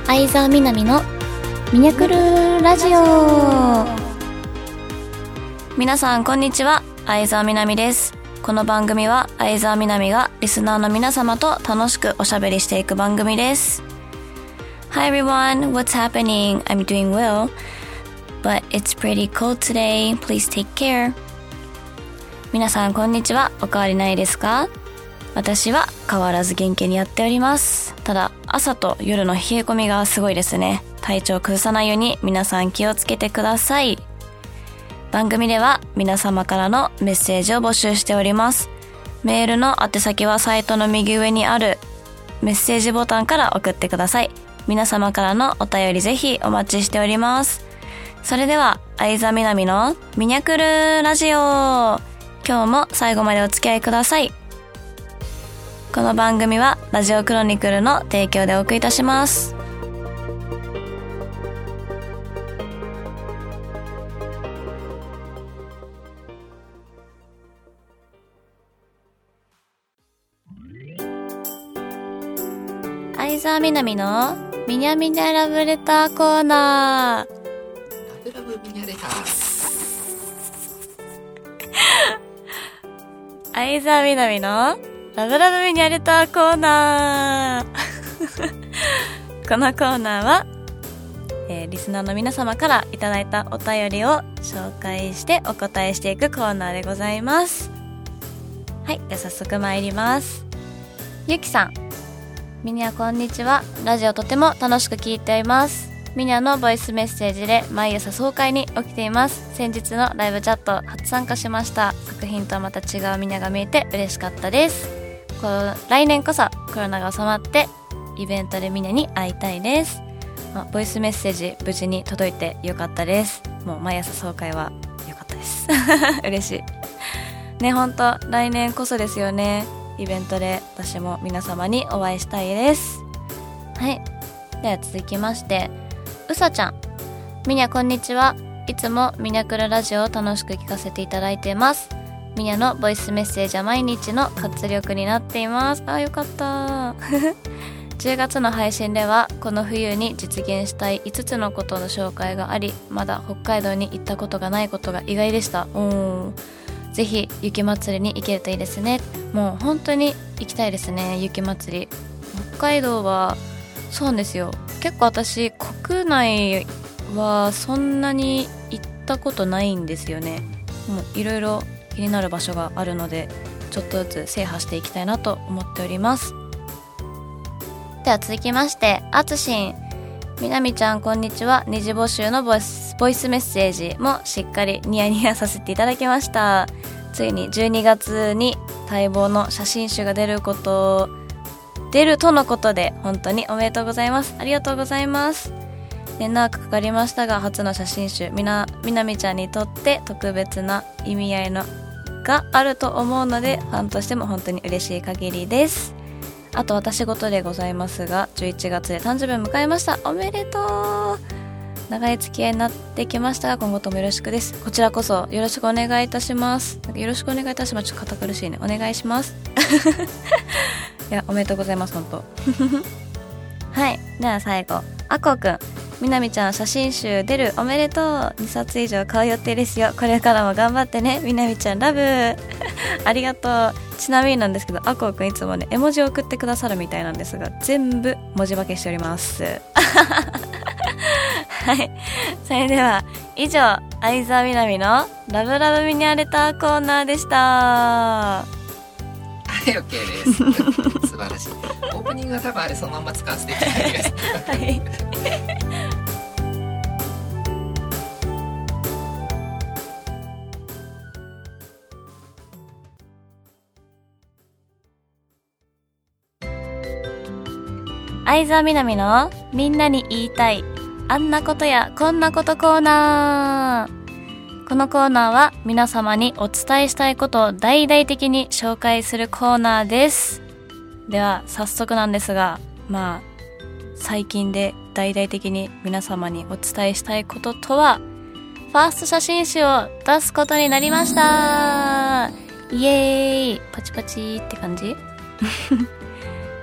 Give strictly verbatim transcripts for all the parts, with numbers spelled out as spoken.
相沢みなみのミニャクルラジオ。皆さんこんにちは、相沢みなみです。この番組は相沢みなみがリスナーの皆様と楽しくおしゃべりしていく番組です。 Hi everyone, what's happening? I'm doing well, but it's pretty cold today. Please take care. 皆さんこんにちは、お変わりないですか？私は変わらず元気にやっております。ただ朝と夜の冷え込みがすごいですね。体調を崩さないように皆さん気をつけてください。番組では皆様からのメッセージを募集しております。メールの宛先はサイトの右上にあるメッセージボタンから送ってください。皆様からのお便りぜひお待ちしております。それでは相沢みなみのミニャクルラジオ、今日も最後までお付き合いください。この番組はラジオクロニクルの提供でお送りいたします。相沢みなみのミニャミニャラブレターコーナー。 ラブラブミニャレター相沢みなみのラブラブミニャレターコーナーこのコーナーは、えー、リスナーの皆様からいただいたお便りを紹介してお答えしていくコーナーでございます。はい、では早速参ります。ゆきさん、ミニャこんにちは。ラジオとても楽しく聞いています。ミニャのボイスメッセージで毎朝爽快に起きています。先日のライブチャット初参加しました。作品とはまた違うミニャが見えて嬉しかったです。この来年こそコロナが収まってイベントでミニャに会いたいです。まあ、ボイスメッセージ無事に届いてよかったです。もう毎朝爽快はよかったです嬉しいね。ほんと来年こそですよね。イベントで私も皆様にお会いしたいです。はい、では続きまして、うさちゃん、ミニャこんにちは。いつもミニャクルラジオを楽しく聞かせていただいています。ミニャのボイスメッセージは毎日の活力になっています。あ、よかったじゅうがつの配信ではこの冬に実現したいいつつのことの紹介があり、まだ北海道に行ったことがないことが意外でした。おー、ぜひ雪まつりに行けるといいですね。もう本当に行きたいですね、雪まつり。北海道はそうなんですよ、結構私国内はそんなに行ったことないんですよね。もういろいろ気になる場所があるので、ちょっとずつ制覇していきたいなと思っております。では続きまして、あつしん、みなみちゃんこんにちは。二次募集のボイス、ボイスメッセージもしっかりニヤニヤさせていただきました。ついにじゅうにがつに待望の写真集が出ること出るとのことで、本当におめでとうございます。ありがとうございます。長くかかりましたが初の写真集、みなみなみちゃんにとって特別な意味合いのがあると思うので、ファンとしても本当に嬉しい限りです。あと私事でございますが、じゅういちがつで誕生日を迎えました。おめでとう。長い付き合いになってきましたが、今後ともよろしくです。こちらこそよろしくお願いいたします。なんかよろしくお願いいたします。ちょっと堅苦しいね。お願いしますいや、おめでとうございます、本当はい、では最後、あこうくん、みなみちゃん写真集出るおめでとう。にさつ以上買う予定ですよ。これからも頑張ってね、みなみちゃんラブありがとう。ちなみになんですけど、あこうくんいつもね絵文字を送ってくださるみたいなんですが、全部文字化けしておりますはい、それでは以上、相沢みなみのラブラブミニャレターコーナーでした。 はい、 OK です素晴らしい。オープニングは多分あれそのまま使わせていただきますはい相沢みなみのみんなに言いたいあんなことやこんなことコーナー。このコーナーは皆様にお伝えしたいことを大々的に紹介するコーナーです。では早速なんですが、まあ最近で大々的に皆様にお伝えしたいこととは、ファースト写真集を出すことになりました。イエーイ、パチパチって感じ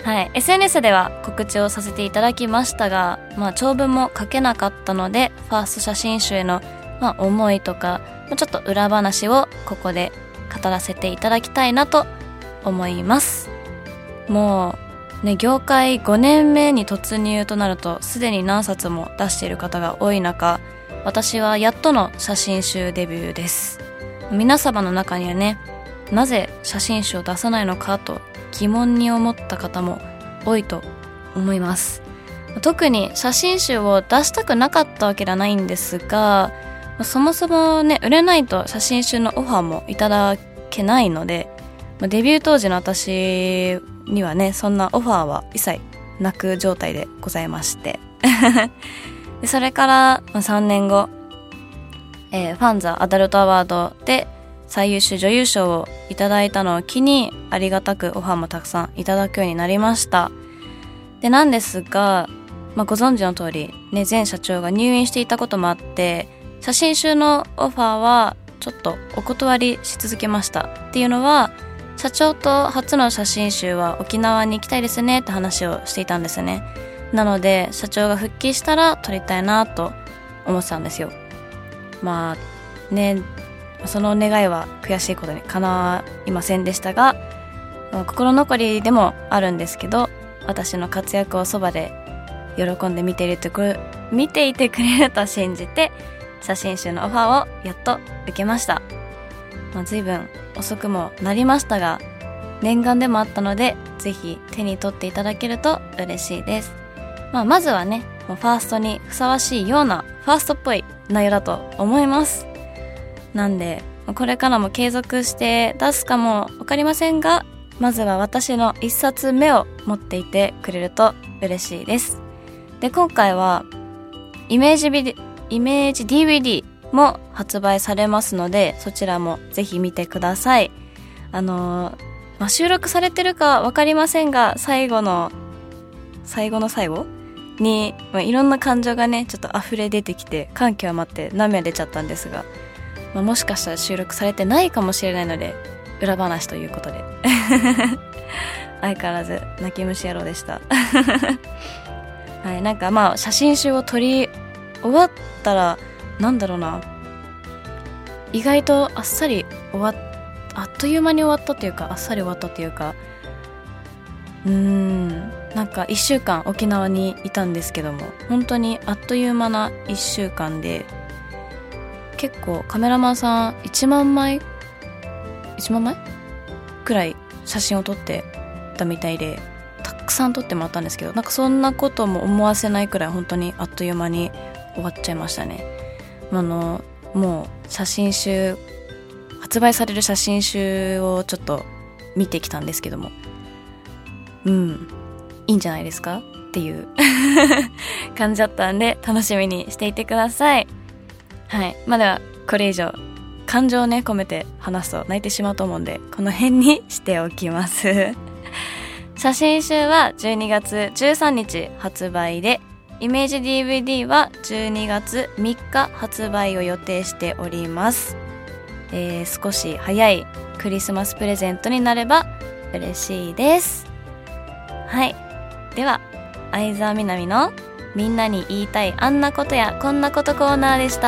はい、エスエヌエス では告知をさせていただきましたが、まあ、長文も書けなかったのでファースト写真集への、まあ、思いとかちょっと裏話をここで語らせていただきたいなと思います。もうね、業界ごねんめに突入となるとすでに何冊も出している方が多い中、私はやっとの写真集デビューです。皆様の中にはね、なぜ写真集を出さないのかと疑問に思った方も多いと思います。特に写真集を出したくなかったわけではないんですが、そもそもね、売れないと写真集のオファーもいただけないので、デビュー当時の私にはね、そんなオファーは一切なく状態でございましてでそれからさんねんご、えー、ファンザアダルトアワードで最優秀女優賞をいただいたのを機に、ありがたくオファーもたくさんいただくようになりました。でなんですが、まあ、ご存知の通り、ね、前社長が入院していたこともあって、写真集のオファーはちょっとお断りし続けました。っていうのは、社長と初の写真集は沖縄に行きたいですねって話をしていたんですよね。なので社長が復帰したら撮りたいなと思ってたんですよ。まあね、その願いは悔しいことに叶いませんでしたが、心残りでもあるんですけど、私の活躍をそばで喜んで見ていてくれ見ていてくれると信じて、写真集のオファーをやっと受けました。まあ、随分遅くもなりましたが、念願でもあったので、ぜひ手に取っていただけると嬉しいです。まあ、まずはね、ファーストにふさわしいようなファーストっぽい内容だと思います。なんでこれからも継続して出すかもわかりませんが、まずは私の一冊目を持っていてくれると嬉しいです。で、今回はイメージビデイメージ ディーブイディー も発売されますので、そちらもぜひ見てください。あのーまあ、収録されてるかわかりませんが、最後の最後の最後に、まあ、いろんな感情がねちょっと溢れ出てきて、感極まって涙出ちゃったんですが、まあ、もしかしたら収録されてないかもしれないので、裏話ということで相変わらず泣き虫野郎でしたはい、なんかまあ写真集を撮り終わったら、なんだろうな、意外とあっさり終わっあっという間に終わったというか、あっさり終わったというか、うーんなんかいっしゅうかん沖縄にいたんですけども、本当にあっという間ないっしゅうかんで、結構カメラマンさんいちまんまいいちまんまいくらい写真を撮ってたみたいで、たくさん撮ってもらったんですけど、なんかそんなことも思わせないくらい本当にあっという間に終わっちゃいましたね。あのもう写真集発売される写真集をちょっと見てきたんですけども、うんいいんじゃないですかっていう感じだったんで、楽しみにしていてください。はい、まあではこれ以上感情をね込めて話すと泣いてしまうと思うんで、この辺にしておきます写真集はじゅうにがつじゅうさんにち発売で、イメージ ディーブイディー はじゅうにがつみっか発売を予定しております。えー、少し早いクリスマスプレゼントになれば嬉しいです。はい、では相沢みなみのみんなに言いたいあんなことやこんなことコーナーでした。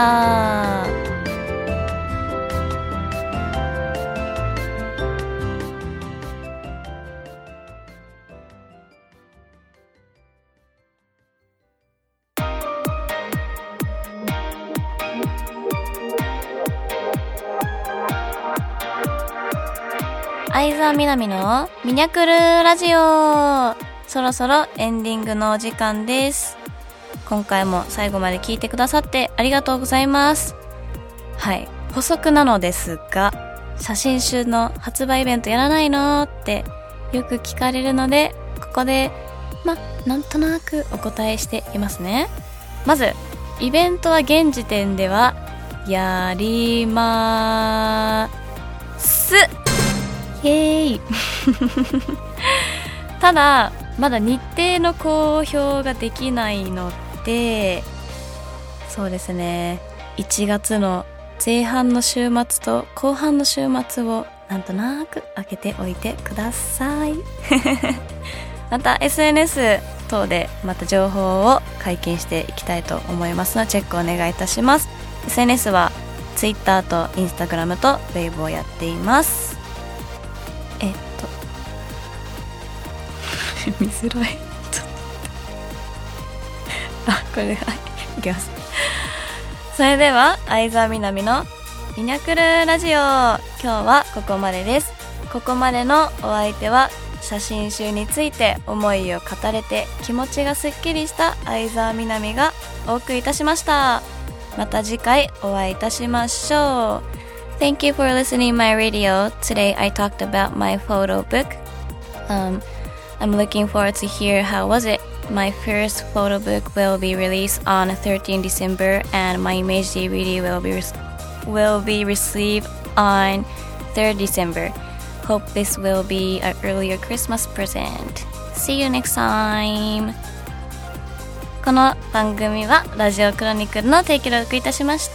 相沢みなみのミニャクルラジオ、そろそろエンディングのお時間です。今回も最後まで聞いてくださってありがとうございます。はい、補足なのですが、写真集の発売イベントやらないのってよく聞かれるので、ここでまなんとなくお答えしていますね。まずイベントは現時点ではやりまーす。イエーイただまだ日程の公表ができないので、そうですね、いちがつの前半の週末と後半の週末をなんとなく開けておいてくださいまた エスエヌエス 等でまた情報を解禁していきたいと思いますのでチェックお願いいたします。 エスエヌエス は Twitter と Instagram と Weibo をやっています。えっと見づらいあ、これではいいきます。それでは相沢みなみのミニャクルラジオ、今日はここまでです。ここまでのお相手は写真集について思いを語れて気持ちがすっきりした相沢みなみがお送りいたしました。また次回お会いいたしましょう。 Thank you for listening my radio. Today I talked about my photo book. Um, I'm looking forward to hear how was it. My first photo book will be released on thirteenth December and my image D V D will be re- will be received on third December. Hope this will be an earlier Christmas present. See you next time. この番組はラジオクロニクルの提供でお送りいたしました。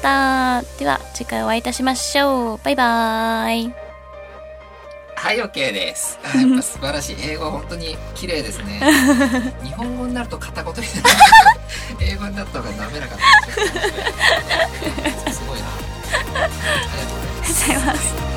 では次回お会いいたしましょう。バイバイ。 はい、 OK です。やっぱ素晴らしい。英語本当に綺麗ですね。日本語になると片言になる。英語になった方が滑らかった。すごいな。ありがとうございます。